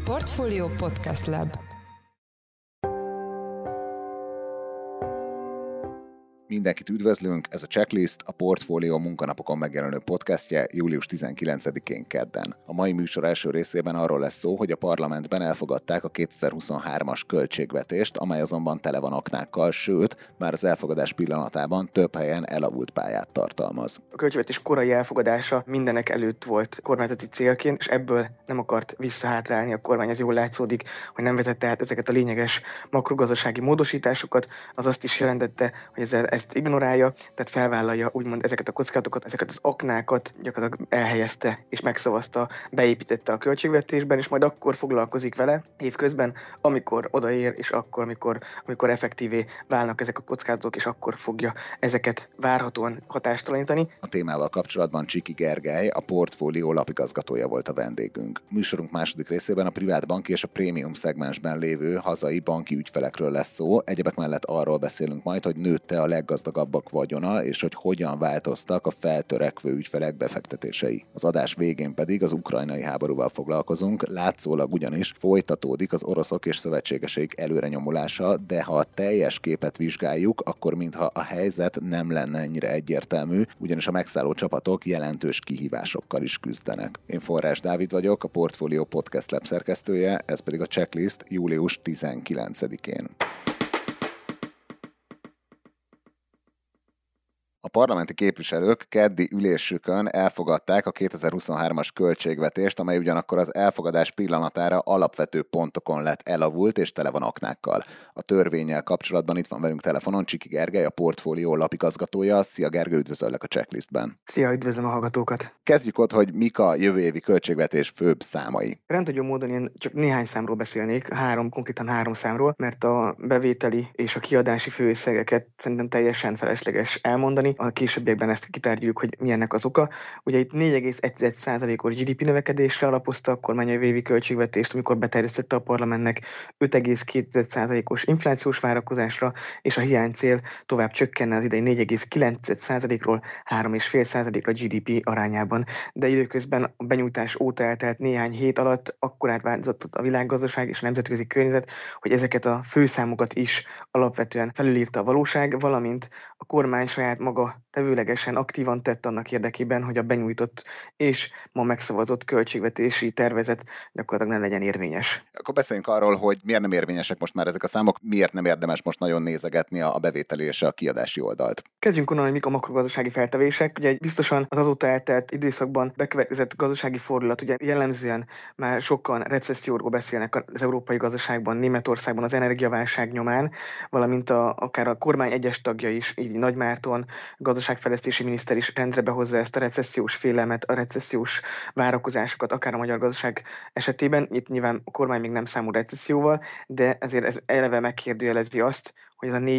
Portfolio Podcast Lab. Mindenkit üdvözlünk, ez a Checklist, a Portfolio munkanapokon megjelenő podcastje július 19-én kedden. A mai műsor első részében arról lesz szó, hogy a parlamentben elfogadták a 2023-as költségvetést, amely azonban tele van aknákkal, sőt, már az elfogadás pillanatában több helyen elavult pályát tartalmaz. A költségvetés korai elfogadása mindenek előtt volt kormányzati célként, és ebből nem akart visszahátrálni a kormány. Ez jól látszódik, hogy nem vezette át ezeket a lényeges makrogazdasági módosításokat, az azt is jelentette, hogy ezt ignorálja, tehát felvállalja úgymond ezeket a kockázatokat, ezeket az aknákat gyakorlatilag elhelyezte és megszavazta, beépítette a költségvetésben, és majd akkor foglalkozik vele évközben, amikor odaér, és akkor, amikor effektívé válnak ezek a kockázatok, és akkor fogja ezeket várhatóan hatástalanítani. A témával kapcsolatban Csiki Gergely, a Portfolio lapigazgatója volt a vendégünk. Műsorunk második részében a privát banki és a prémium szegmensben lévő hazai banki ügyfelekről lesz szó. Egyebek mellett arról beszélünk majd, hogy nőtte a leggazdagabbak vagyona, és hogy hogyan változtak a feltörekvő ügyfelek befektetései. Az adás végén pedig az ukrajnai háborúval foglalkozunk, látszólag ugyanis folytatódik az oroszok és szövetségeseik előrenyomulása, de ha a teljes képet vizsgáljuk, akkor mintha a helyzet nem lenne ennyire egyértelmű, ugyanis a megszálló csapatok jelentős kihívásokkal is küzdenek. Én Forrás Dávid vagyok, a Portfolio Podcast Lab szerkesztője, ez pedig a Checklist július 19-én. A parlamenti képviselők keddi ülésükön elfogadták a 2023-as költségvetést, amely ugyanakkor az elfogadás pillanatára alapvető pontokon lett elavult és tele van aknákkal. A törvénnyel kapcsolatban itt van velünk telefonon Csiki Gergely, a Portfolio lapigazgatója. Szia Gergely, üdvözöllek a Checklistben. Szia, üdvözlöm a hallgatókat! Kezdjük ott, hogy mik a jövő évi költségvetés főbb számai. Rendhagyó módon én csak néhány számról beszélnék, konkrétan három számról, mert a bevételi és a kiadási főösszegeket szerintem teljesen felesleges elmondani. A későbbiekben ezt kitárgyaljuk, hogy milyennek az oka. Ugye itt 4,1%-os GDP növekedésre alapozta a kormány jövő évi költségvetést, amikor beterjesztette a parlamentnek 5,2%-os inflációs várakozásra, és a hiánycél tovább csökkenne az idei 4,9%-ról 3,5%-ra GDP arányában. De időközben a benyújtás óta eltelt néhány hét alatt akkorát változott a világgazdaság és a nemzetközi környezet, hogy ezeket a főszámokat is alapvetően felülírta a valóság, valamint a kormány saját maga tevőlegesen aktívan tett annak érdekében, hogy a benyújtott és ma megszavazott költségvetési tervezet gyakorlatilag ne legyen érvényes. Akkor beszéljünk arról, hogy miért nem érvényesek most már ezek a számok, miért nem érdemes most nagyon nézegetni a bevételi és a kiadási oldalt. Kezdjünk onnan, hogy mik a makrogazdasági feltevések. Ugye biztosan az azóta eltelt időszakban bekövetkezett gazdasági fordulat, ugye jellemzően már sokan recesszióról beszélnek az európai gazdaságban, Németországban az energiaválság nyomán, valamint akár a kormány egyes tagja is, így Nagy Márton, gazdaságfejlesztési miniszter is rendre behozza ezt a recessziós félelmet, a recessziós várakozásokat, akár a magyar gazdaság esetében. Itt nyilván a kormány még nem számol recesszióval, de ezért ez eleve megkérdőjelezi azt, hogy ez a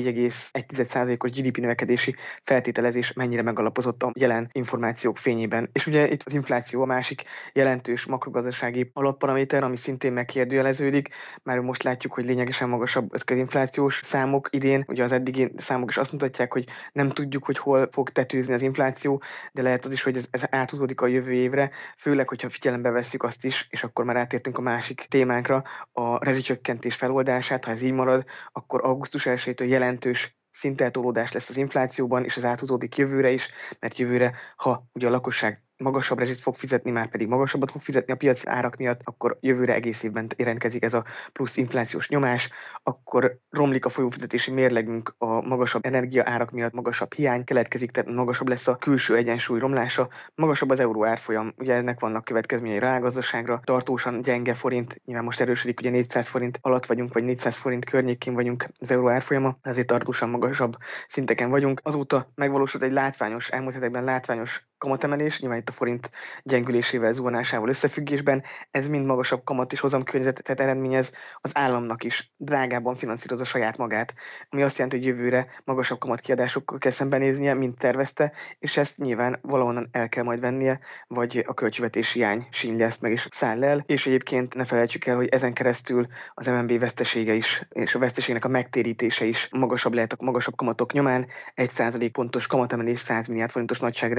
4,1%-os GDP növekedési feltételezés mennyire megalapozott a jelen információk fényében. És ugye itt az infláció a másik jelentős makrogazdasági alapparaméter, ami szintén megkérdőjeleződik. Már most látjuk, hogy lényegesen magasabb az inflációs számok idén. Ugye az eddigi számok is azt mutatják, hogy nem tudjuk, hogy hol fog tetőzni az infláció, de lehet az is, hogy ez áthúzódik a jövő évre, főleg, hogyha figyelembe vesszük azt is, és akkor már átértünk a másik témánkra, a rezsicsökkentés feloldását. Ha ez így marad, akkor augusztus 1-től jelentős szinteltolódás lesz az inflációban, és az áthúzódik jövőre is, mert jövőre, ha ugye a lakosság magasabb rezsit fog fizetni, már pedig magasabbat fog fizetni a piaci árak miatt, akkor jövőre egész évben jelentkezik ez a plusz inflációs nyomás, akkor romlik a folyófizetési mérlegünk a magasabb energia árak miatt, magasabb hiány keletkezik, tehát magasabb lesz a külső egyensúly romlása, magasabb az euró árfolyam, ugye ennek vannak következményei a reálgazdaságra, tartósan gyenge forint, nyilván most erősödik, ugye 400 forint alatt vagyunk, vagy 400 forint környékén vagyunk az euró árfolyama, ezért tartósan magasabb szinteken vagyunk. Azóta megvalósult egy elmúlt hetekben látványos kamatemelés, nyilván itt a forint gyengülésével, zuhanásával összefüggésben, ez mind magasabb kamat és hozamkörnyezetet eredményez, az államnak is drágábban finanszírozza saját magát, ami azt jelenti, hogy jövőre magasabb kamatkiadásokkal kell szembenéznie, mint tervezte, és ezt nyilván valahonnan el kell majd vennie, vagy a költségvetési hiány sínli ezt meg is száll el, és egyébként ne felejtsük el, hogy ezen keresztül az MNB vesztesége is, és a veszteségnek a megtérítése is magasabb lehet a magasabb kamatok nyomán, 1% pontos kamatemelés 100 milliárd forintos nagyságrendű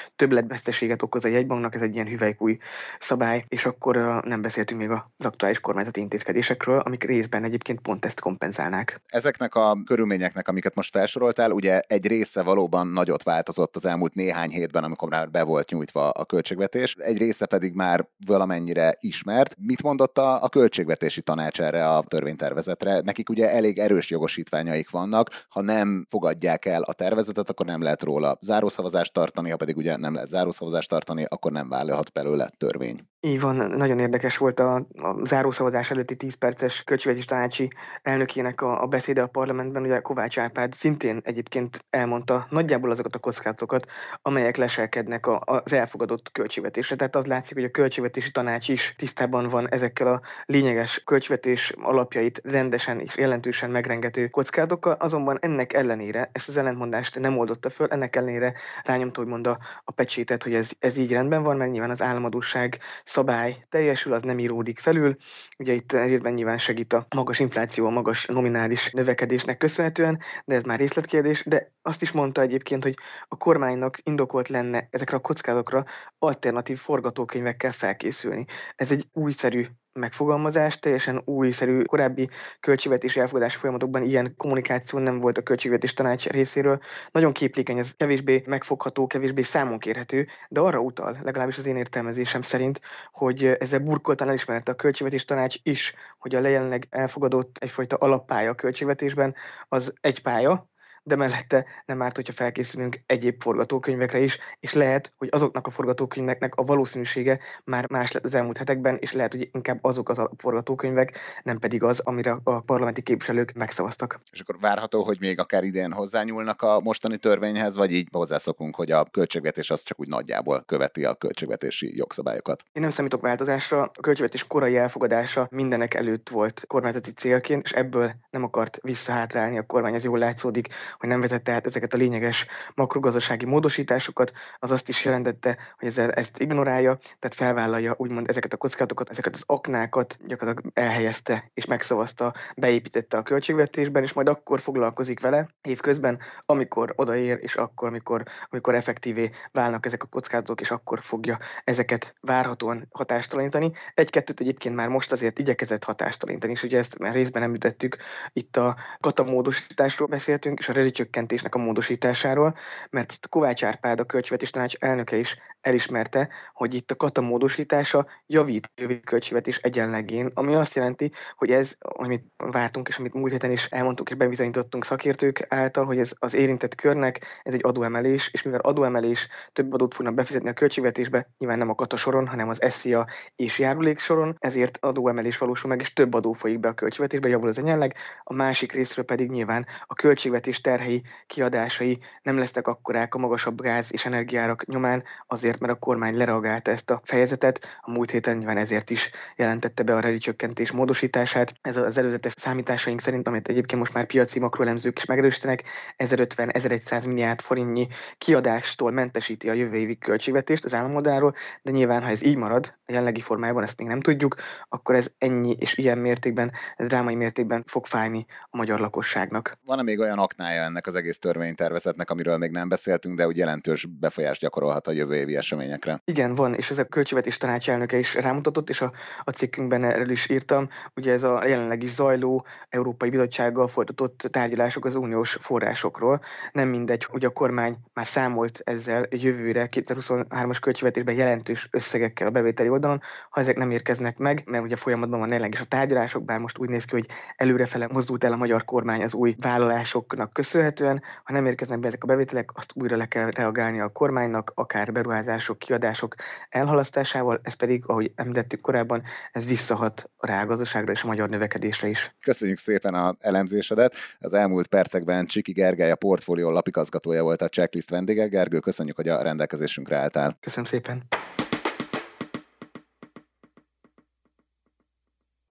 többletveszteséget okoz a jegybanknak, ez egy ilyen hüvelykúj szabály, és akkor nem beszéltünk még az aktuális kormányzati intézkedésekről, amik részben egyébként pont ezt kompenzálnák. Ezeknek a körülményeknek, amiket most felsoroltál, ugye egy része valóban nagyot változott az elmúlt néhány hétben, amikor már be volt nyújtva a költségvetés, egy része pedig már valamennyire ismert. Mit mondott a költségvetési tanács erre a törvénytervezetre? Nekik ugye elég erős jogosítványaik vannak, ha nem fogadják el a tervezetet, akkor nem lehet róla zárószavazást tartani, ha pedig ugye nem lehet zárószavazást tartani, akkor nem vállalhat belőle törvény. Így van, nagyon érdekes volt a zárószavazás előtti 10 perces költségvetési tanácsi elnökének a beszéde a parlamentben. Ugye Kovács Árpád szintén egyébként elmondta nagyjából azokat a kockázatokat, amelyek leselkednek az elfogadott költségvetésre. Tehát az látszik, hogy a költségvetési tanács is tisztában van ezekkel a lényeges költségvetés alapjait rendesen és jelentősen megrengető kockázatokkal, azonban ennek ellenére, ezt az ellentmondást nem oldotta föl, ennek ellenére rányomta úgymond a pecsétet, hogy ez így rendben van, mert nyilván az államadósság szabály teljesül, az nem íródik felül. Ugye itt részben nyilván segít a magas infláció, a magas nominális növekedésnek köszönhetően, de ez már részletkérdés, de azt is mondta egyébként, hogy a kormánynak indokolt lenne ezekre a kockázatokra alternatív forgatókönyvekkel felkészülni. Ez egy újszerű megfogalmazás, teljesen újszerű, korábbi költségvetési elfogadási folyamatokban ilyen kommunikáció nem volt a költségvetés tanács részéről. Nagyon képlékeny, ez kevésbé megfogható, kevésbé számon kérhető, de arra utal, legalábbis az én értelmezésem szerint, hogy ezzel burkoltan elismerte a költségvetés tanács is, hogy a jelenleg elfogadott egyfajta alappálya a költségvetésben az egy pálya, de mellette nem árt, hogyha felkészülünk egyéb forgatókönyvekre is, és lehet, hogy azoknak a forgatókönyveknek a valószínűsége már más lett az elmúlt hetekben, és lehet, hogy inkább azok az a forgatókönyvek, nem pedig az, amire a parlamenti képviselők megszavaztak. És akkor várható, hogy még akár idén hozzányúlnak a mostani törvényhez, vagy így hozzászokunk, hogy a költségvetés az csak úgy nagyjából követi a költségvetési jogszabályokat? Én nem számítok változásra, a költségvetés korai elfogadása mindenek előtt volt kormányzati célként, és ebből nem akart visszahátrálni a kormány, ez jól látszódik, hogy nem vezette át ezeket a lényeges makrogazdasági módosításokat, az azt is jelentette, hogy ezt ignorálja, tehát felvállalja úgymond ezeket a kockázatokat, ezeket az aknákat gyakorlatilag elhelyezte és megszavazta, beépítette a költségvetésben, és majd akkor foglalkozik vele évközben, amikor odaér, és akkor, amikor effektívé válnak ezek a kockázatok, és akkor fogja ezeket várhatóan hatástalanítani. Egy-kettőt egyébként már most azért igyekezett hatástalanítani, és ugye ezt már részben említettük, itt a katamódosításról beszéltünk, és a rezsicsökkentésnek a módosításáról, mert ezt Kovács Árpád, a költségvetés tanács elnöke is elismerte, hogy itt a katamódosítása javít a jövő költségvetés egyenlegén, ami azt jelenti, hogy ez, amit vártunk, és amit múlt héten is elmondtuk, és bebizonyítottunk szakértők által, hogy ez az érintett körnek, ez egy adóemelés, és mivel adóemelés, több adót fognak befizetni a költségvetésbe, nyilván nem a kata soron, hanem az SZIA és járulék soron, ezért adóemelés valósul meg, és több adó folyik be a költségvetésbe, javul az egyenleg. A másik részről pedig nyilván a költségvetés terhei, kiadásai nem lesznek akkorák a magasabb gáz és energiárak nyomán, azért, mert a kormány lereagálta ezt a fejezetet. A múlt héten nyilván ezért is jelentette be a rezsicsökkentés módosítását. Ez az előzetes számításaink szerint, amit egyébként most már piaci makroelemzők is megerősítenek, 1050-1100 milliárd forintnyi kiadástól mentesíti a jövő évi költségvetést az államoldalról, de nyilván, ha ez így marad, a jelenlegi formájában ezt még nem tudjuk, akkor ez ennyi és ilyen mértékben, ez drámai mértékben fog fájni a magyar lakosságnak. Van-e még olyan aknája ennek az egész törvénytervezetnek, amiről még nem beszéltünk, de úgy jelentős befolyást gyakorolhat a jövő évi eseményekre? Igen, van, és ez a költségvetés tanács elnöke is rámutatott, és a cikkünkben erről is írtam. Ugye ez a jelenleg is zajló Európai Bizottsággal folytatott tárgyalások az uniós forrásokról. Nem mindegy, hogy a kormány már számolt ezzel jövőre 2023-as költségvetésben jelentős összegekkel a bevételi oldalon, ha ezek nem érkeznek meg, mert ugye folyamatban van jelenleg is a tárgyalások, bár most úgy néz ki, hogy előrefele mozdult el a magyar kormány az új vállalásoknak köszönhetően. Ha nem érkeznek be ezek a bevételek, azt újra le kell reagálni a kormánynak, akár beruházások, kiadások elhalasztásával, ez pedig, ahogy említettük korábban, ez visszahat a reálgazdaságra és a magyar növekedésre is. Köszönjük szépen az elemzésedet. Az elmúlt percekben Csiki Gergely, a Portfólió lapigazgatója volt a Checklist vendége. Gergő, köszönjük, hogy a rendelkezésünkre álltál. Köszönöm szépen.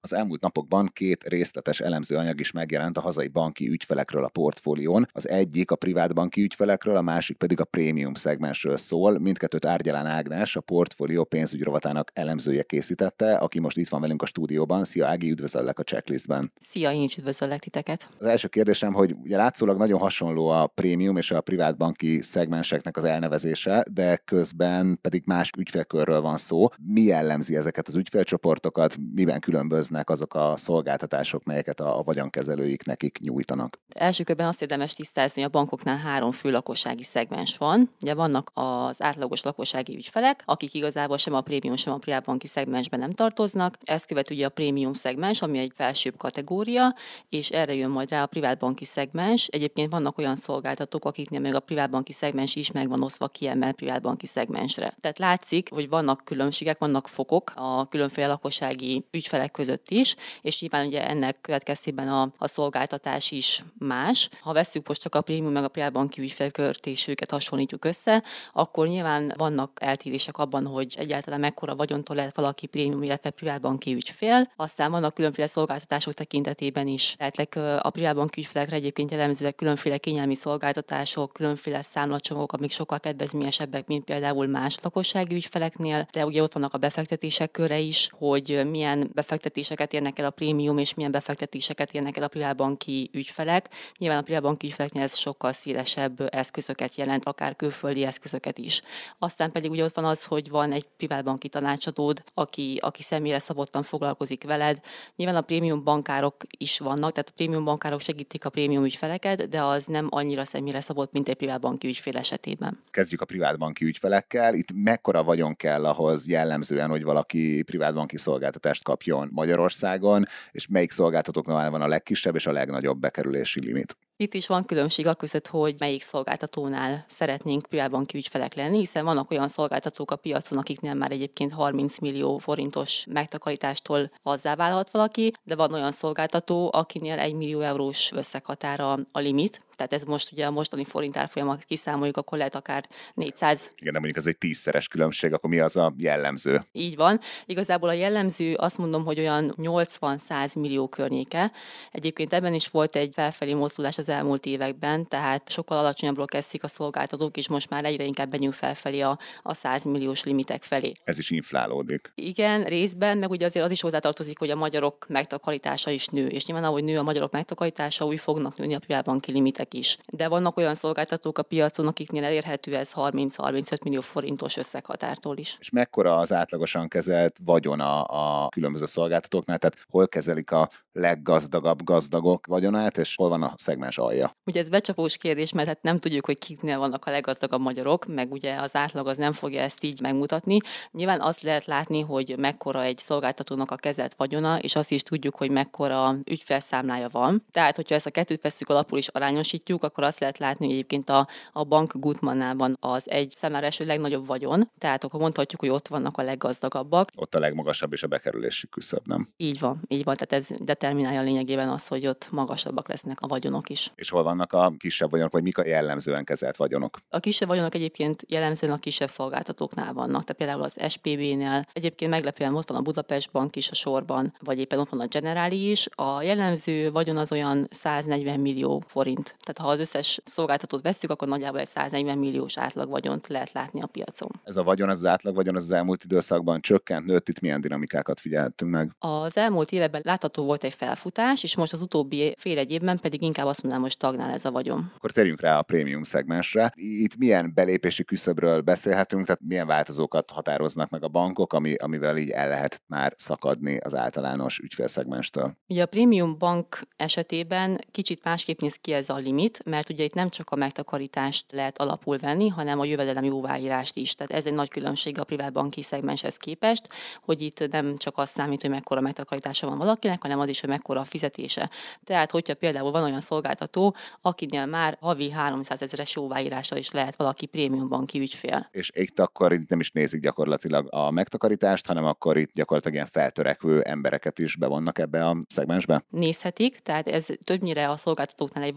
Az elmúlt napokban 2 részletes elemzőanyag is megjelent a hazai banki ügyfelekről a portfólión. Az egyik a privát banki ügyfelekről, a másik pedig a prémium szegmensről szól. Mindkettőt Árgyalán Ágnes, a portfólió pénzügyi rovatának elemzője készítette, aki most itt van velünk a stúdióban. Szia Ági, üdvözöllek a Checklistben. Szia, én is üdvözöllek titeket. Az első kérdésem, hogy ugye látszólag nagyon hasonló a prémium és a privát banki szegmenseknek az elnevezése, de közben pedig más ügyfélkörről van szó. Mi jellemzi ezeket az ügyfélcsoportokat, miben különböznek azok a szolgáltatások, melyeket a vagyonkezelőik nekik nyújtanak? Első körben azt érdemes tisztázni, hogy a bankoknál 3 fő lakossági szegmens van. Ugye vannak az átlagos lakossági ügyfelek, akik igazából sem a prémium, sem a privát banki szegmensben nem tartoznak. Ezt követő ugye a prémium szegmens, ami egy felsőbb kategória, és erre jön majd rá a privát banki szegmens. Egyébként vannak olyan szolgáltatók, akiknél még a privát banki szegmens is meg van osztva kiemelt privát banki szegmensre. Tehát látszik, hogy vannak különbségek, vannak fokok a különféle lakossági ügyfelek között is, és nyilván ugye ennek következtében a szolgáltatás is más. Ha vesszük most csak a prémium meg a privát banki ügyfélkört és őket hasonlítjuk össze, akkor nyilván vannak eltérések abban, hogy egyáltalán mekkora vagyontól lehet valaki prémium, illetve privát banki ügyfél. Aztán vannak különféle szolgáltatások tekintetében is. Tehát a privát banki ügyfelekre egyébként jellemzőleg különféle kényelmi szolgáltatások, különféle számlacsomagok, amik sokkal kedvezményesebbek, mint például más lakossági ügyfeleknél, de ugye ott vannak a befektetések köre is, hogy milyen befektetéseket érnek el a prémium és milyen befektetéseket érnek el a privát banki ügyfelek. Nyilván a privát banki ügyfeleknél ez sokkal szélesebb eszközöket jelent, akár külföldi eszközöket is. Aztán pedig ugye ott van az, hogy van egy privát banki tanácsadód, aki személyre szabottan foglalkozik veled. Nyilván a prémium bankárok is vannak, tehát a prémium bankárok segítik a prémium ügyfeleket, de az nem annyira személyre szabott, mint egy privát banki ügyfél esetében. Kezdjük a privát banki ügyfelekkel. Itt mekkora vagyon kell ahhoz jellemzően, hogy valaki privát banki szolgáltatást kapjon Magyarországon, és melyik szolgáltatóknál van a legkisebb és a legnagyobb bekerülési limit? Itt is van különbség a között, hogy melyik szolgáltatónál szeretnénk privátbanki ügyfelek lenni, hiszen vannak olyan szolgáltatók a piacon, akiknél már egyébként 30 millió forintos megtakarítástól azzá válhat valaki, de van olyan szolgáltató, akinél 1 millió eurós összeghatára a limit. Tehát ez most ugye a mostani forint árfolyamat kiszámoljuk, akkor lehet akár 400. Igen, de mondjuk ez egy 10-szeres különbség, akkor mi az a jellemző? Így van. Igazából a jellemző azt mondom, hogy olyan 80-100 millió környéke. Egyébként ebben is volt egy felfelé mozdulás az elmúlt években, tehát sokkal alacsonyabbról kezdték a szolgáltatók, és most már egyre inkább megyünk felfelé a 100 milliós limitek felé. Ez is inflálódik. Igen, részben, meg ugye azért az is hozzátartozik, hogy a magyarok megtakarítása is nő, és nyilván ahogy nő a magyarok megtakarítása, úgy fognak nőni a privátbanki limitek is. De vannak olyan szolgáltatók a piacon, akiknél elérhető ez 30-35 millió forintos összeghatártól is. És mekkora az átlagosan kezelt vagyona a különböző szolgáltatóknál, tehát hol kezelik a leggazdagabb gazdagok vagyonát, és hol van a szegmens alja? Ugye ez becsapós kérdés, mert hát nem tudjuk, hogy kiknél vannak a leggazdagabb magyarok, meg ugye az átlag az nem fogja ezt így megmutatni. Nyilván azt lehet látni, hogy mekkora egy szolgáltatónak a kezelt vagyona, és azt is tudjuk, hogy mekkora ügyfelszámlája van. Tehát, hogyha ezt a kettőt vesszük alapul is arányosítjuk, akkor azt lehet látni, hogy egyébként a bank Gutmannnál van az egy számára eső legnagyobb vagyon. Tehát akkor mondhatjuk, hogy ott vannak a leggazdagabbak. Ott a legmagasabb és a bekerülési küszöb, nem? Így van. Tehát ez determinálja lényegében azt, hogy ott magasabbak lesznek a vagyonok is. És hol vannak a kisebb vagyonok, vagy mik a jellemzően kezelt vagyonok? A kisebb vagyonok egyébként jellemzően a kisebb szolgáltatóknál vannak, tehát például az SPB-nél. Egyébként meglepően ott van a Budapest Bank is a sorban, vagy éppen ott van a Generali is. A jellemző vagyon az olyan 140 millió forint. Tehát ha az összes szolgáltatót vesszük, akkor nagyjából egy 140 milliós átlag vagyont lehet látni a piacon. Ez a vagyon, az átlag vagyon az elmúlt időszakban csökkent, nőtt, itt milyen dinamikákat figyeltünk meg? Az elmúlt években látható volt egy felfutás, és most az utóbbi fél egy évben pedig inkább azt mondanám, hogy stagnál ez a vagyon. Akkor térjünk rá a prémium szegmensre. Itt milyen belépési küszöbről beszélhetünk, tehát milyen változókat határoznak meg a bankok, amivel így el lehet már szakadni az általános ügyfélszegmenstől? Ugye a prémium bank esetében kicsit másképp néz ki ez a limit, mert ugye itt nem csak a megtakarítást lehet alapul venni, hanem a jövedelem jóváírást is. Tehát ez egy nagy különbség a privát banki szegmenshez képest, hogy itt nem csak az számít, hogy mekkora megtakarítása van valakinek, hanem az is, hogy mekkora a fizetése. Tehát, hogyha például van olyan szolgáltató, akinél már havi 300 000-es jóváírással is lehet valaki prémium banki ügyfél. És itt akkor itt nem is nézik gyakorlatilag a megtakarítást, hanem akkor itt gyakorlatilag ilyen feltörekvő embereket is bevonnak ebbe a szegmensbe? Nézhetik, tehát ez többnyire a szolgáltatóknál egy vagylagos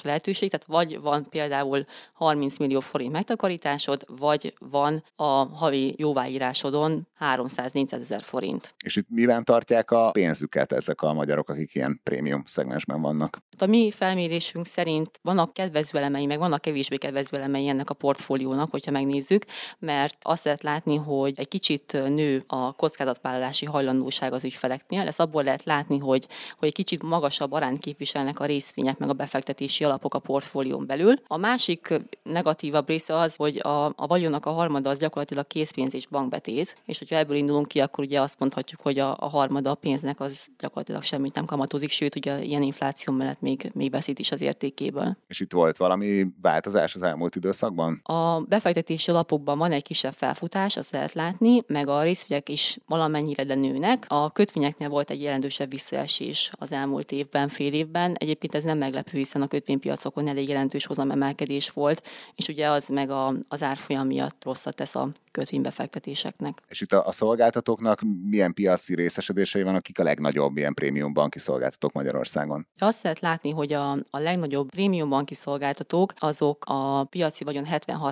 lehetőség, tehát vagy van például 30 millió forint megtakarításod, vagy van a havi jóváírásodon 300-400 ezer forint. És itt miben tartják a pénzüket ezek a magyarok, akik ilyen prémium szegmensben vannak? A mi felmérésünk szerint vannak kedvező elemei, meg vannak kevésbé kedvező elemei ennek a portfóliónak, hogyha megnézzük, mert azt lehet látni, hogy egy kicsit nő a kockázatvállalási hajlandóság az ügyfeleknél. Ezt abból lehet látni, hogy egy kicsit magasabb arányt képviselnek a részvények, meg a befektetési alapok a portfólión belül. A másik negatívabb része az, hogy a vagyonnak a harmada az gyakorlatilag készpénz és bankbetét, és hogyha ebből indulunk ki, akkor ugye azt mondhatjuk, hogy a harmada a pénznek az gyakorlatilag semmit nem kamatozik, sőt, ugye ilyen infláció mellett még veszít is az értékéből. És itt volt valami változás az elmúlt időszakban? A befektetési alapokban van egy kisebb felfutás, azt lehet látni, meg a részvények is valamennyire nőnek. A kötvényeknél volt egy jelentősebb visszaesés az elmúlt évben, fél évben. Egyébként ez nem meglepő, hiszen a kötvénypiacokon elég jelentős hozamemelkedés volt, és ugye az meg az árfolyam miatt rosszat tesz a kötvénybefektetéseknek. És itt a szolgáltatóknak milyen piaci részesedései vannak, akik a legnagyobb ilyen prémium banki szolgáltatók Magyarországon? Azt lehet látni, hogy a legnagyobb prémium banki szolgáltatók azok a piaci vagyon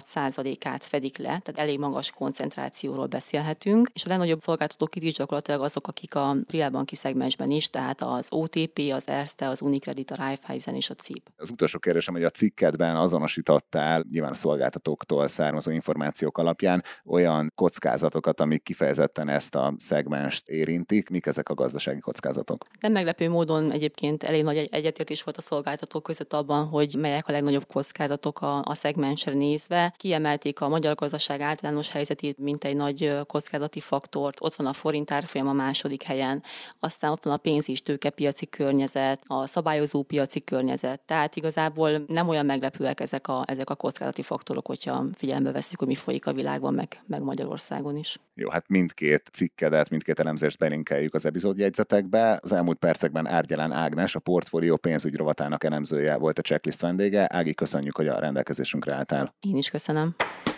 76%-át fedik le, tehát elég magas koncentrációról beszélhetünk, és a legnagyobb szolgáltatók itt is gyakorlatilag azok, akik a privátbanki szegmensben is, tehát az OTP, az Erste, az Unicredit, a Raiffeisen és a CIP. Az utolsó kérdésem, hogy a cikkedben azonosítottál nyilván a szolgáltatóktól származó információk alapján olyan kockázatokat, amik kifejezetten ezt a szegmenst érintik. Mik ezek a gazdasági kockázatok? Nem meglepő módon egyébként elég nagy egyetértés volt a szolgáltatók között abban, hogy melyek a legnagyobb kockázatok a szegmensre nézve. Kiemelték a magyar gazdaság általános helyzetét, mint egy nagy kockázati faktort. Ott van a forint árfolyam a második helyen, aztán ott van a pénz- és tőkepiaci környezet, a szabályozó piaci környezet. Tehát igazából nem olyan meglepőek ezek a kockázati faktorok, hogyha figyelembe veszik, hogy mi folyik a világban, meg Magyarországon is. Jó, hát mindkét cikkedet, mindkét elemzést belinkeljük az epizódjegyzetekbe. Az elmúlt percekben Árgyalán Ágnes, a portfólió pénzügy rovatának elemzője volt a Checklist vendége. Ági, köszönjük, hogy a rendelkezésünkre álltál. Én is köszönöm.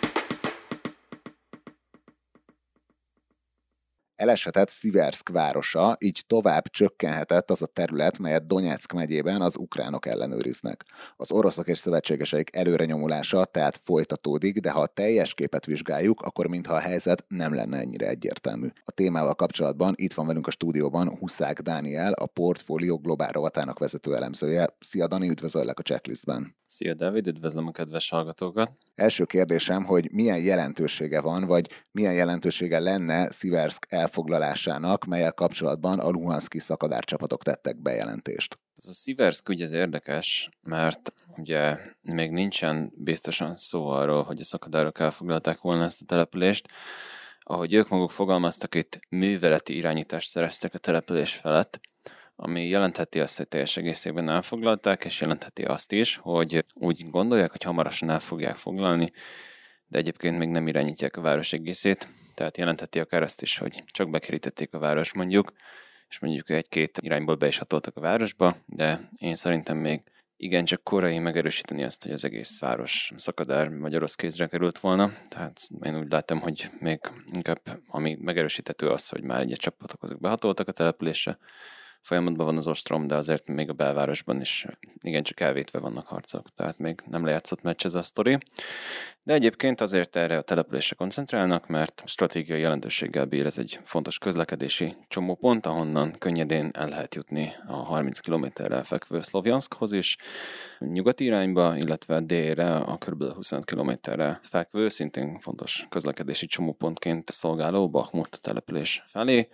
Eleshetett Sziverszk városa, így tovább csökkenhetett az a terület, melyet Donyeck megyében az ukránok ellenőriznek. Az oroszok és szövetségeseik előrenyomulása tehát folytatódik, de ha a teljes képet vizsgáljuk, akkor mintha a helyzet nem lenne ennyire egyértelmű. A témával kapcsolatban itt van velünk a stúdióban Huszák Dániel, a portfólió globál rovatának vezető elemzője. Szia Dani, üdvözöllek a Checklistben. Szia Dávid, üdvözlöm a kedves hallgatókat! Első kérdésem, hogy milyen jelentősége van, vagy milyen jelentősége lenne Sziverszk elfoglalásának, melyel kapcsolatban a luhanszki szakadárcsapatok tettek bejelentést. Ez a Sziverszk ügy az érdekes, mert ugye még nincsen biztosan szó arról, hogy a szakadárok elfoglalták volna ezt a települést. Ahogy ők maguk fogalmaztak, itt műveleti irányítást szereztek a település felett, ami jelentheti azt, hogy teljes egészében elfoglalták, és jelentheti azt is, hogy úgy gondolják, hogy hamarosan el fogják foglalni, de egyébként még nem irányítják a város egészét, tehát jelentheti akár azt is, hogy csak bekerítették a város mondjuk, és mondjuk egy-két irányból be is hatoltak a városba, de én szerintem még igencsak korai megerősíteni azt, hogy az egész város szakadár vagy orosz kézre került volna. Tehát én úgy láttam, hogy még inkább ami megerősíthető az, hogy már egyes csapatok azok behatoltak a településre, folyamatban van az ostrom, de azért még a belvárosban is igencsak elvétve vannak harcok, tehát még nem lejátszott meccs ez a sztori. De egyébként azért erre a településre koncentrálnak, mert stratégiai jelentőséggel bír, ez egy fontos közlekedési csomópont, ahonnan könnyedén el lehet jutni a 30 kilométerrel fekvő Szlovjanszkhoz is, nyugati irányba, illetve délre a kb. 25 kilométerre fekvő, szintén fontos közlekedési csomópontként szolgáló Bakhmut település felé,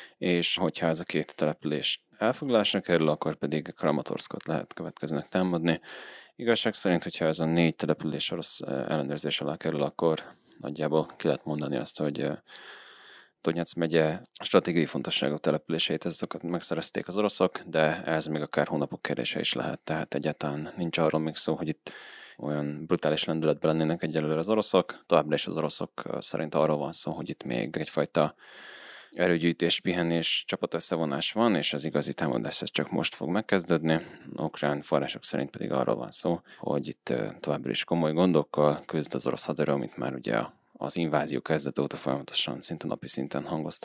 és hogyha ez a két település elfoglalásra kerül, akkor pedig Kramatorszkot lehet következőnek támadni. Igazság szerint, hogyha ez a 4 település orosz ellenőrzés alá kerül, akkor nagyjából ki lehet mondani azt, hogy Donyeck megye stratégiai fontosságú településeit, ezokat megszerezték az oroszok, de ez még akár hónapok kérdése is lehet, tehát egyáltalán nincs arról még szó, hogy itt olyan brutális lendületben lennének egyelőre az oroszok. Továbbra is az oroszok szerint arról van szó, hogy itt még egyfajta erőgyűjtés, pihenés, csapatösszevonás van, és az igazi támadás ez csak most fog megkezdődni. Ukrán források szerint pedig arról van szó, hogy itt továbbra is komoly gondokkal küzd az orosz haderő, amit már ugye az invázió kezdete óta folyamatosan szinte napi szinten hangoztatnak.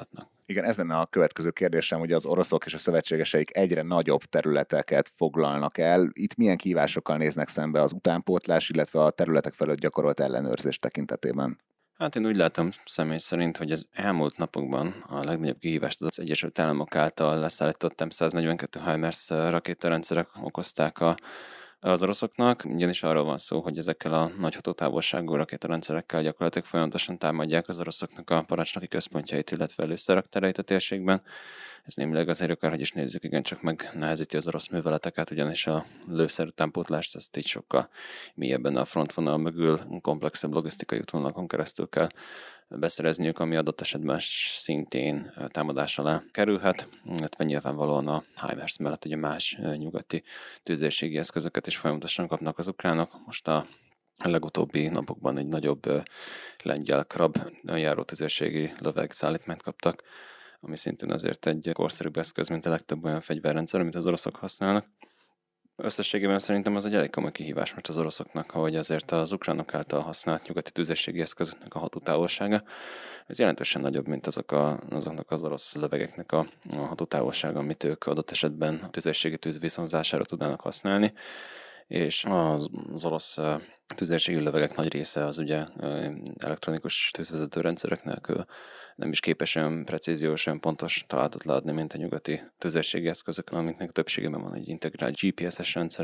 Igen, ez lenne a következő kérdésem, hogy az oroszok és a szövetségeseik egyre nagyobb területeket foglalnak el. Itt milyen kihívásokkal néznek szembe az utánpótlás, illetve a területek felett gyakorolt ellenőrzés tekintetében? Hát én úgy látom személy szerint, hogy az elmúlt napokban a legnagyobb kihívást az Egyesült Államok által leszállított M142 HIMARS rakétarendszerek okozták az oroszoknak, ugyanis arról van szó, hogy ezekkel a nagy hatótávolságú rakétarendszerekkel gyakorlatilag folyamatosan támadják az oroszoknak a parancsnoki központjait, illetve előszerraktereit a térségben. Ez némileg azért akár, hogy is nézzük, igencsak megnehezíti az orosz műveleteket, ugyanis a lőszer utánpótlást ezt így sokkal mélyebben a frontvonal mögül komplexebb logisztikai útvonalakon keresztül kell beszerezniük, ami adott esetben szintén támadás alá kerülhet, illetve nyilvánvalóan a HIMARS mellett ugye más nyugati tüzérségi eszközöket is folyamatosan kapnak az ukránok. Most a legutóbbi napokban egy nagyobb lengyel Krab járótüzérségi lövegszállítmányt kaptak, ami szintén azért egy korszerűbb eszköz, mint a legtöbb olyan fegyverrendszer, amit az oroszok használnak. Összességében szerintem az egy elég komoly kihívás most az oroszoknak, hogy azért az ukránok által használt nyugati tüzérségi eszközöknek a hatótávolsága, ez jelentősen nagyobb, mint azoknak az orosz lövegeknek a hatótávolsága, amit ők adott esetben a tüzérségi tűz viszonzására tudnának használni, és az orosz tüzérségi lövegek nagy része az ugye elektronikus tűzvezető rendszerek nélkül nem is képes olyan precíziós, olyan pontos találatot leadni, mint a nyugati tüzérségi eszközök, amiknek többségében van egy integrált GPS-es rendszer,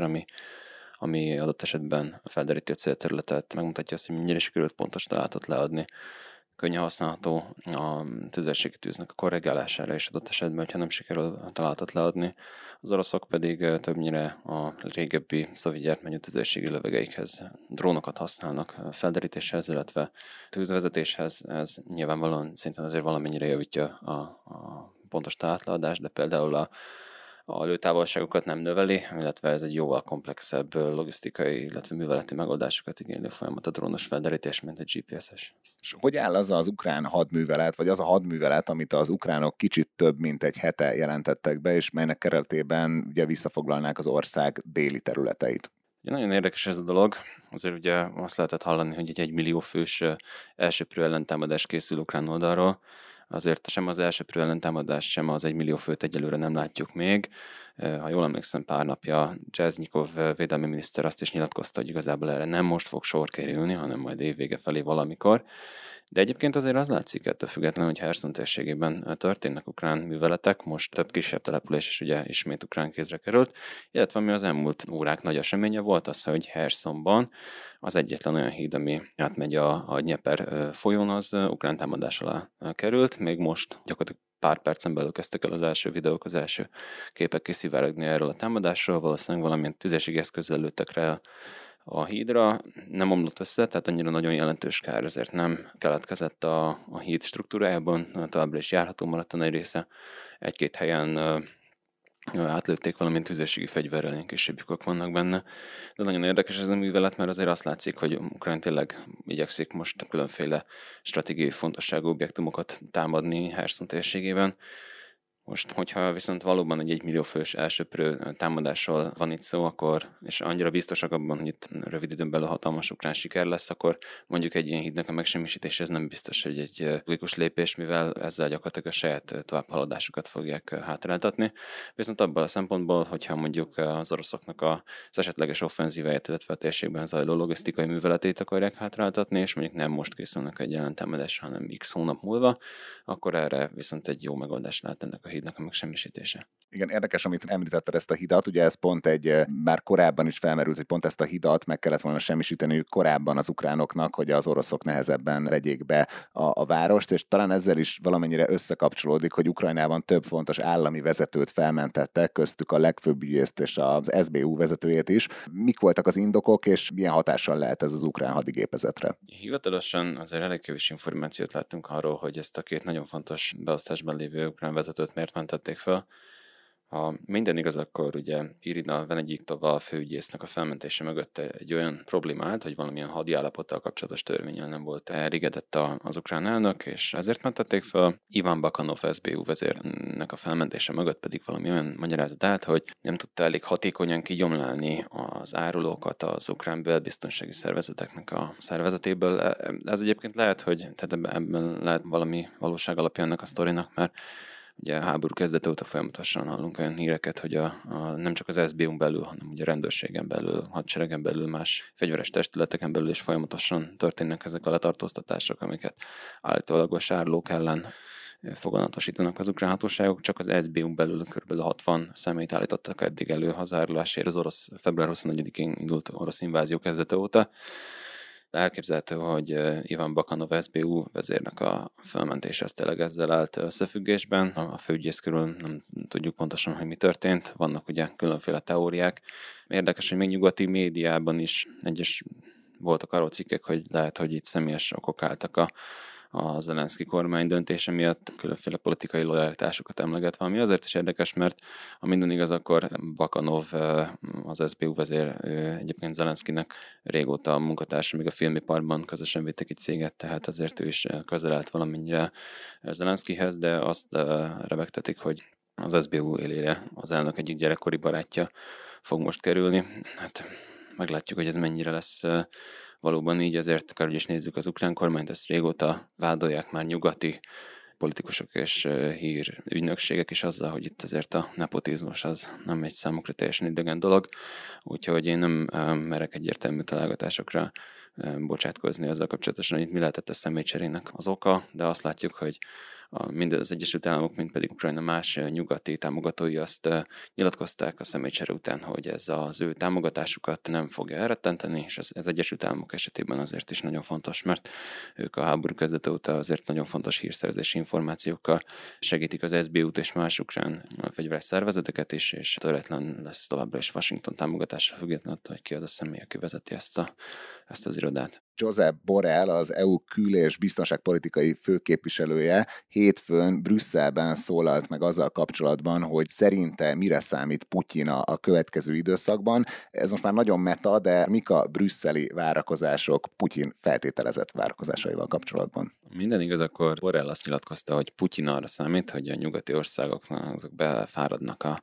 ami adott esetben felderíti a célterületet, megmutatja azt, hogy mennyire sikerült pontos találatot leadni. Könnyen használható a tüzérségi tűznek a korrigálására, és adott esetben, hogyha nem sikerül a találatot leadni. Az oroszok pedig többnyire a régebbi szovjet gyertmányú tüzérségi lövegeikhez drónokat használnak felderítéshez, illetve tűzvezetéshez. Ez nyilvánvalóan szintén azért valamennyire javítja a pontos találatoládást, de például a lőtávolságokat nem növeli, illetve ez egy jóval komplexebb logisztikai, illetve műveleti megoldásokat igénylő folyamat a drónos felderítés, mint egy GPS-es. És hogy áll az ukrán hadművelet, vagy az a hadművelet, amit az ukránok kicsit több mint egy hete jelentettek be, és melynek keretében ugye visszafoglalnák az ország déli területeit? Ugye nagyon érdekes ez a dolog, azért ugye azt lehetett hallani, hogy egy 1 millió fős elsöprő ellentámadás készül ukrán oldalról, azért sem az elsöprő ellentámadás, sem az 1 millió főt egyelőre nem látjuk még. Ha jól emlékszem, pár napja Reznikov védelmi miniszter azt is nyilatkozta, hogy igazából erre nem most fog sor kerülni, hanem majd évvége felé valamikor. De egyébként azért az látszik ettől függetlenül, hogy Herson térségében történnek ukrán műveletek, most több kisebb település is ugye ismét ukrán kézre került, illetve ami az elmúlt órák nagy eseménye volt az, hogy Hersonban az egyetlen olyan híd, ami átmegy a Dnyeper folyón, az ukrán támadás alá került, még most gyakorlatilag pár percen belül kezdtek el az első videók, az első képek kiszivárogni erről a támadásról, valószínűleg valamilyen tüzérségi eszközzel lőttek rá a hídra, nem omlott össze, tehát annyira nagyon jelentős kár ezért nem keletkezett a híd struktúrájában, továbbra is járható maradt a nagy része. Egy-két helyen átlőtték valamint tüzérségi fegyverrel, ilyen kisebb lyukak vannak benne. De nagyon érdekes ez a művelet, mert azért azt látszik, hogy Ukrajna tényleg igyekszik most különféle stratégiai fontosságú objektumokat támadni Herson térségében. Most, hogyha viszont valóban egy 1 millió fős elsöprő támadásról van itt szó, akkor, és annyira biztosak abban, hogy itt rövid időn belül hatalmas ukrán siker lesz, akkor mondjuk egy ilyen hídnak a megsemmisítése ez nem biztos, hogy egy logikus lépés, mivel ezzel gyakorlatilag a saját továbbhaladásukat fogják hátráltatni. Viszont abban a szempontból, hogyha mondjuk az oroszoknak az esetleges offenzíváját, illetve a térségben zajló logisztikai műveletét akarják hátráltatni, és mondjuk nem most készülnek egy ellentámadásra, hanem x hónap múlva, akkor erre viszont egy jó megoldás lehet ennek a hídnak a megsemmisítése. Igen, érdekes, amit említetted ezt a hidat, ugye ez pont már korábban is felmerült, hogy pont ezt a hidat meg kellett volna semmisíteniük korábban az ukránoknak, hogy az oroszok nehezebben vegyék be a várost, és talán ezzel is valamennyire összekapcsolódik, hogy Ukrajnában több fontos állami vezetőt felmentettek, köztük a legfőbb ügyészt és az SBU vezetőjét is. Mik voltak az indokok, és milyen hatással lehet ez az ukrán hadigépezetre? Hivatalosan azért elég kevés információt láttunk arról, hogy ezt a két nagyon fontos beosztásban lévő ukrán vezetőt miért mentették fel. Ha minden igaz, akkor ugye Irina Venediktova a főügyésznek a felmentése mögött egy olyan problémát, hogy valamilyen hadi állapottal kapcsolatos törvénnyel nem volt elégedett az ukrán elnök, és ezért mentették fel. Ivan Bakanov SBU vezérnek a felmentése mögött pedig valami olyan magyarázat állt, hogy nem tudta elég hatékonyan kigyomlálni az árulókat az ukrán belbiztonsági szervezeteknek a szervezetéből. Ez egyébként lehet, hogy tehát ebben lehet valami valóság alapja ennek a sztorinak, mert ugye a háború kezdete óta folyamatosan hallunk olyan híreket, hogy nem csak az SBU-n belül, hanem ugye a rendőrségen belül, hadseregen belül, más fegyveres testületeken belül is folyamatosan történnek ezek a letartóztatások, amiket állítólagos árulók ellen foganatosítanak az ukrán hatóságok. Csak az SBU-n belül kb. 60 személyt állítottak eddig elő hazárulásért az orosz február 24-én indult orosz invázió kezdete óta. Elképzelhető, hogy Ivan Bakanov SBU vezérnek a felmentése az tényleg ezzel állt összefüggésben. A főügyész körül nem tudjuk pontosan, hogy mi történt. Vannak ugye különféle teóriák. Érdekes, hogy még nyugati médiában is voltak arról cikkek, hogy lehet, hogy itt személyes okok álltak a Zelenszky kormány döntése miatt, különféle politikai lojalitásokat emlegetve, ami azért is érdekes, mert ha minden igaz, akkor Bakanov, az SBU vezér, egyébként Zelenszkynek régóta a munkatársa, még a filmiparban közösen vittek egy céget, tehát azért ő is közel állt valamennyire Zelenszkyhez, de azt rebegtetik, hogy az SBU élére az elnök egyik gyerekkori barátja fog most kerülni. Hát meglátjuk, hogy ez mennyire lesz valóban így, ezért akár is nézzük az ukrán kormányt, ezt régóta vádolják már nyugati politikusok és hírügynökségek is azzal, hogy itt azért a nepotizmus az nem egy számukra teljesen idegen dolog, úgyhogy én nem merek egyértelmű találgatásokra bocsátkozni azzal kapcsolatosan, hogy mi lehetett a személycserének az oka, de azt látjuk, hogy mind az Egyesült Államok, mind pedig Ukrajna más nyugati támogatói azt nyilatkozták a személycsere után, hogy ez az ő támogatásukat nem fogja elrettenteni, és ez Egyesült Államok esetében azért is nagyon fontos, mert ők a háború kezdete óta azért nagyon fontos hírszerzési információkkal segítik az SBU-t és más ukrán fegyveres szervezeteket is, és töretlen lesz továbbra is Washington támogatásra függetlenül, hogy ki az a személy, aki vezeti ezt az irodát. Josep Borrell, az EU kül- és biztonságpolitikai főképviselője hétfőn Brüsszelben szólalt meg azzal kapcsolatban, hogy szerinte mire számít Putyin a következő időszakban. Ez most már nagyon meta, de mik a brüsszeli várakozások Putyin feltételezett várakozásaival kapcsolatban? Minden igaz, akkor Borrell azt nyilatkozta, hogy Putyin arra számít, hogy a nyugati országoknak azok belefáradnak a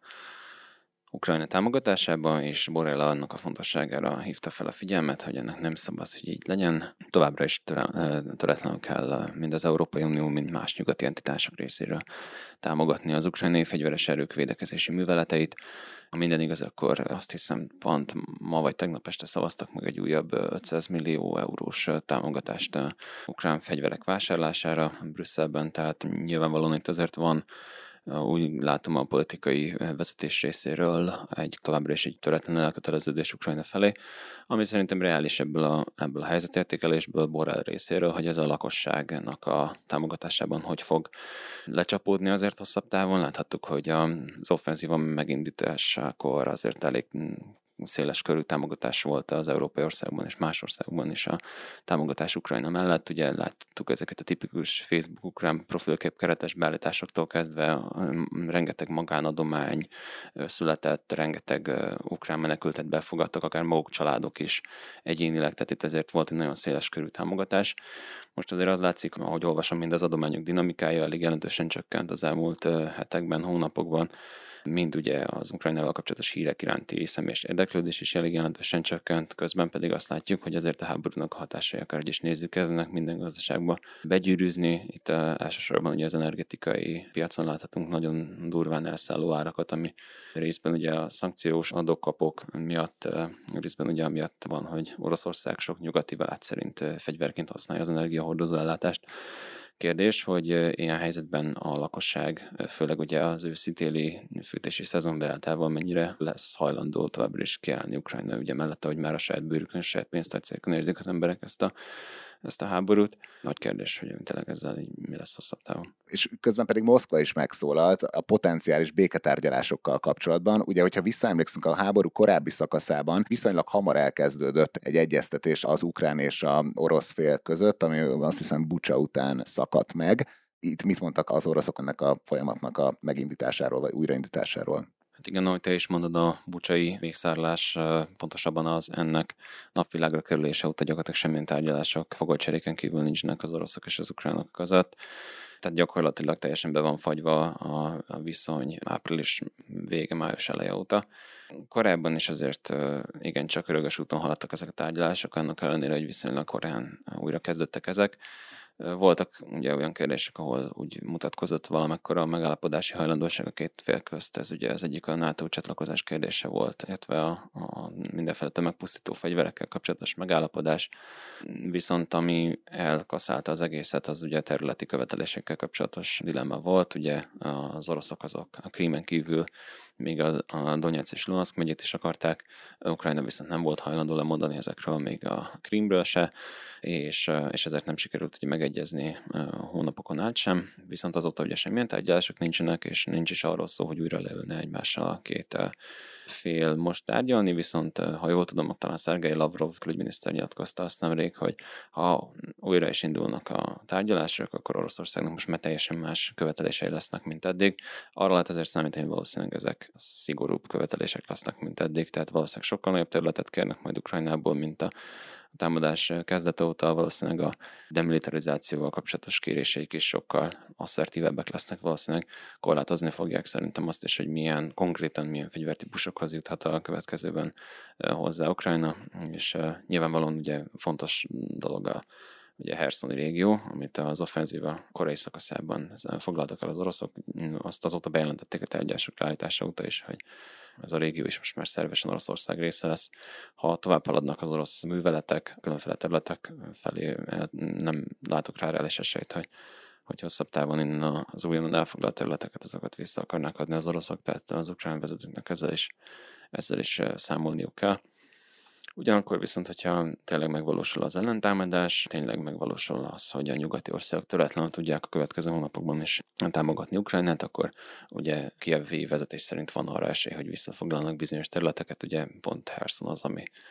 Ukrajna támogatásába, és Borrell annak a fontosságára hívta fel a figyelmet, hogy ennek nem szabad, hogy így legyen. Továbbra is töretlenül kell mind az Európai Unió, mind más nyugati entitások részéről támogatni az ukrajnai fegyveres erők védekezési műveleteit. Ha minden igaz, akkor azt hiszem pont ma vagy tegnap este szavaztak meg egy újabb 500 millió eurós támogatást a ukrán fegyverek vásárlására Brüsszelben, tehát nyilvánvalóan itt azért van, úgy látom a politikai vezetés részéről továbbra is egy töretlen elköteleződés Ukrajna felé, ami szerintem reális ebből a helyzetértékelésből Borrell részéről, hogy ez a lakosságnak a támogatásában hogy fog lecsapódni azért hosszabb távon. Láthattuk, hogy az offenzíva megindításakor azért elég széles körű támogatás volt az európai országban és más országban is a támogatás Ukrajna mellett. Ugye láttuk ezeket a tipikus Facebook ukrán profilkép keretes beállításoktól kezdve, rengeteg magánadomány született, rengeteg ukrán menekültet befogadtak, akár maguk családok is egyénileg, tehát itt ezért volt egy nagyon széles körű támogatás. Most azért az látszik, ahogy olvasom, mind az adományok dinamikája elég jelentősen csökkent az elmúlt hetekben, hónapokban, mind ugye az Ukrajnával kapcsolatos hírek iránti személyes érdeklődés is elég jelentősen csökkent, közben pedig azt látjuk, hogy azért a háborúnak a hatásai, akár is nézzük, eznek minden gazdaságba begyűrűzni. Itt elsősorban ugye az energetikai piacon láthatunk nagyon durván elszálló árakat, ami részben ugye a szankciós adókapok miatt, részben ugye amiatt van, hogy Oroszország sok nyugati vállalat szerint fegyverként használja az energiahordozó ellátást. Kérdés, hogy ilyen helyzetben a lakosság, főleg ugye az őszi-téli fűtési szezon beálltával mennyire lesz hajlandó továbbra is kiállni Ukrajna ügye mellett, hogy már a saját bőrükön, saját pénztárcájukon érzik az emberek ezt a háborút. Nagy kérdés, hogy tényleg ezzel mi lesz hosszabb távon. És közben pedig Moszkva is megszólalt a potenciális béketárgyalásokkal kapcsolatban. Ugye, hogyha visszaemlékszünk a háború korábbi szakaszában, viszonylag hamar elkezdődött egy egyeztetés az ukrán és az orosz fél között, ami azt hiszem Bucsa után szakadt meg. itt mit mondtak az oroszok ennek a folyamatnak a megindításáról, vagy újraindításáról? Hát igen, ahogy te is mondod, a bucsai végszárlás, pontosabban az ennek napvilágra kerülése óta gyakorlatilag semmilyen tárgyalások fogolycseréken kívül nincsenek az oroszok és az ukránok között. Tehát gyakorlatilag teljesen be van fagyva a viszony április vége, május eleje óta. Korábban is azért igen, csak örökös úton haladtak ezek a tárgyalások, annak ellenére, hogy viszonylag korán újra kezdődtek ezek. Voltak ugye olyan kérdések, ahol úgy mutatkozott valamekkora a megállapodási hajlandóság a két fél közt. Ez ugye az egyik a NATO csatlakozás kérdése volt, illetve a mindenféle tömegpusztító fegyverekkel kapcsolatos megállapodás. Viszont ami elkaszálta az egészet, az ugye területi követelésekkel kapcsolatos dilemma volt. Ugye az oroszok azok a Krímen kívül még a Donetsz és Luhanszk megyét is akarták, Ukrajna viszont nem volt hajlandó lemondani ezekről, még a Krímről se, és ezért nem sikerült ugye megegyezni hónapokon át sem, viszont azóta ugye semmilyen tárgyalások nincsenek, és nincs is arról szó, hogy újra leülne egymással a két fél most tárgyalni, viszont ha jól tudom, talán Szergej Lavrov külügyminiszter nyilatkozta azt nemrég, hogy ha újra is indulnak a tárgyalások, akkor Oroszországnak most már teljesen más követelései lesznek, mint eddig. Arra lehet ezért számítani, hogy valószínűleg ezek szigorúbb követelések lesznek, mint eddig, tehát valószínűleg sokkal nagyobb területet kérnek majd Ukrajnából, mint a támadás kezdete óta, valószínűleg a demilitarizációval kapcsolatos kéréseik is sokkal asszertívebbek lesznek, valószínűleg korlátozni fogják szerintem azt is, hogy konkrétan milyen fegyvertípusokhoz juthat a következőben hozzá Ukrajna, és nyilvánvalóan ugye fontos dolog ugye Herszoni régió, amit az offenzíva korai szakaszában foglaltak el az oroszok, azt azóta bejelentették a tárgyalások leállítása óta is, hogy ez a régió is most már szervesen Oroszország része lesz. Ha tovább haladnak az orosz műveletek, különféle területek felé, nem látok rá reális esélyt, hogy hosszabb távon innen az újonnan elfoglalt területeket, azokat vissza akarnak adni az oroszok, tehát az ukrán vezetőknek ezzel is számolniuk kell. Ugyanakkor viszont, hogyha tényleg megvalósul az ellentámadás, tényleg megvalósul az, hogy a nyugati országok töretlenül tudják a következő hónapokban is támogatni Ukrajnát, akkor ugye Kijevi vezetés szerint van arra esély, hogy visszafoglalnak bizonyos területeket, ugye pont Herszon az,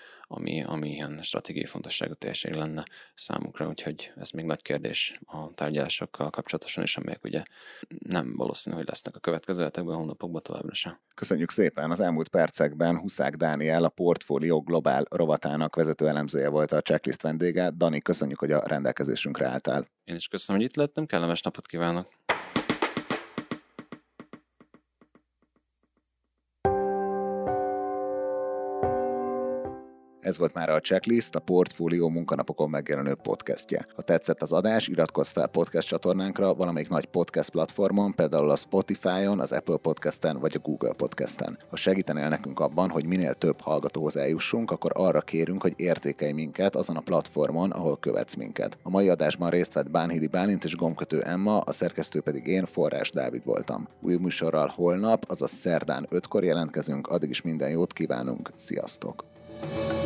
ami ilyen stratégiai fontosságú térség lenne számukra, úgyhogy ez még nagy kérdés a tárgyalásokkal kapcsolatosan is, amelyek ugye nem valószínű, hogy lesznek a következő hetekben, hónapokban továbbra sem. Köszönjük szépen! Az elmúlt percekben Huszák Dániel, a Portfolio Globál rovatának vezető elemzője volt a Checklist vendége. Dani, köszönjük, hogy a rendelkezésünkre álltál. Én is köszönöm, hogy itt lettem, kellemes napot kívánok! Ez volt már a Checklist, a Portfolio munkanapokon megjelenő podcastje. Ha tetszett az adás, iratkozz fel podcast csatornánkra valamelyik nagy podcast platformon, például a Spotify-on, az Apple Podcasten vagy a Google Podcasten. Ha segítenél nekünk abban, hogy minél több hallgatóhoz eljussunk, akkor arra kérünk, hogy értékelj minket azon a platformon, ahol követsz minket. A mai adásban részt vett Bánhidi Bálint és Gombkötő Emma, a szerkesztő pedig én, Forrás Dávid voltam. Új műsorral holnap, azaz szerdán 5-kor jelentkezünk, addig is minden jót kívánunk, sziasztok!